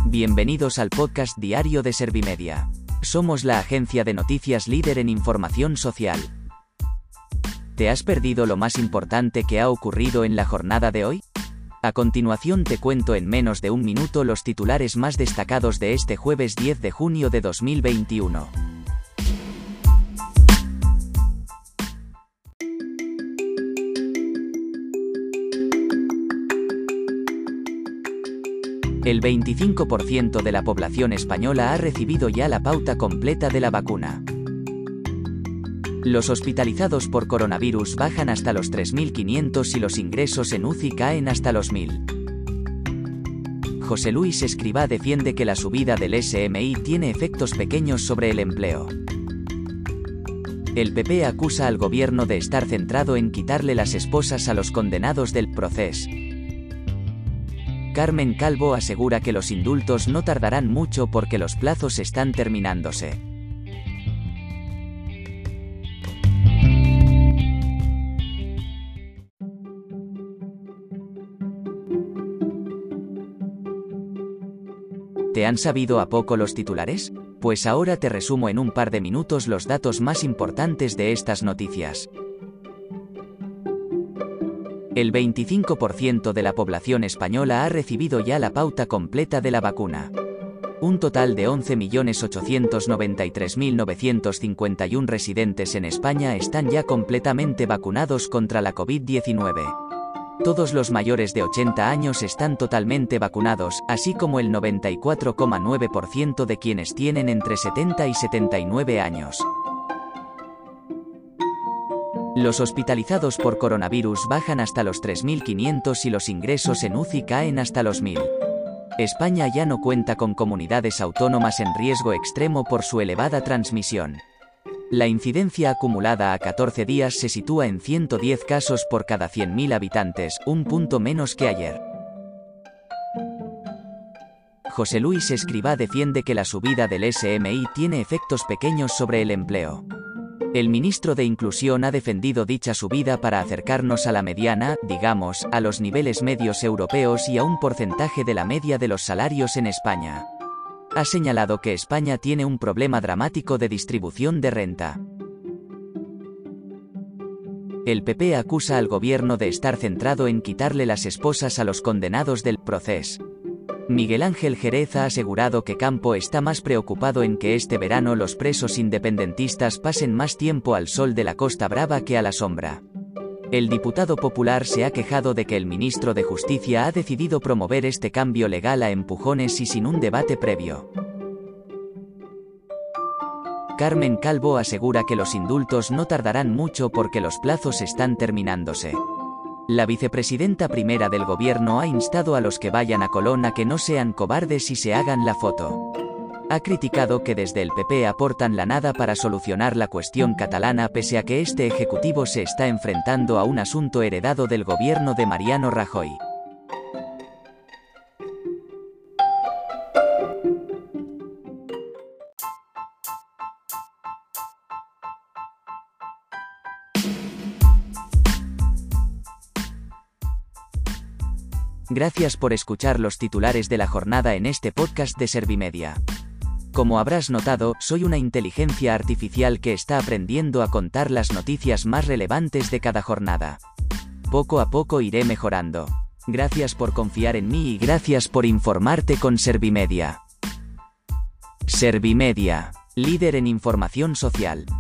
Bienvenidos al podcast diario de Servimedia. Somos la agencia de noticias líder en información social. ¿Te has perdido lo más importante que ha ocurrido en la jornada de hoy? A continuación te cuento en menos de un minuto los titulares más destacados de este jueves 10 de junio de 2021. El 25% de la población española ha recibido ya la pauta completa de la vacuna. Los hospitalizados por coronavirus bajan hasta los 3.500 y los ingresos en UCI caen hasta los 1.000. José Luis Escrivá defiende que la subida del SMI tiene efectos pequeños sobre el empleo. El PP acusa al gobierno de estar centrado en quitarle las esposas a los condenados del proceso. Carmen Calvo asegura que los indultos no tardarán mucho porque los plazos están terminándose. ¿Te han sabido a poco los titulares? Pues ahora te resumo en un par de minutos los datos más importantes de estas noticias. El 25% de la población española ha recibido ya la pauta completa de la vacuna. Un total de 11.893.951 residentes en España están ya completamente vacunados contra la COVID-19. Todos los mayores de 80 años están totalmente vacunados, así como el 94,9% de quienes tienen entre 70 y 79 años. Los hospitalizados por coronavirus bajan hasta los 3.500 y los ingresos en UCI caen hasta los 1.000. España ya no cuenta con comunidades autónomas en riesgo extremo por su elevada transmisión. La incidencia acumulada a 14 días se sitúa en 110 casos por cada 100.000 habitantes, un punto menos que ayer. José Luis Escrivá defiende que la subida del SMI tiene efectos pequeños sobre el empleo. El ministro de Inclusión ha defendido dicha subida para acercarnos a la mediana, digamos, a los niveles medios europeos y a un porcentaje de la media de los salarios en España. Ha señalado que España tiene un problema dramático de distribución de renta. El PP acusa al gobierno de estar centrado en quitarle las esposas a los condenados del proceso. Miguel Ángel Jerez ha asegurado que Campo está más preocupado en que este verano los presos independentistas pasen más tiempo al sol de la Costa Brava que a la sombra. El diputado popular se ha quejado de que el ministro de Justicia ha decidido promover este cambio legal a empujones y sin un debate previo. Carmen Calvo asegura que los indultos no tardarán mucho porque los plazos están terminándose. La vicepresidenta primera del gobierno ha instado a los que vayan a Colón a que no sean cobardes y se hagan la foto. Ha criticado que desde el PP aportan la nada para solucionar la cuestión catalana pese a que este ejecutivo se está enfrentando a un asunto heredado del gobierno de Mariano Rajoy. Gracias por escuchar los titulares de la jornada en este podcast de Servimedia. Como habrás notado, soy una inteligencia artificial que está aprendiendo a contar las noticias más relevantes de cada jornada. Poco a poco iré mejorando. Gracias por confiar en mí y gracias por informarte con Servimedia. Servimedia, líder en información social.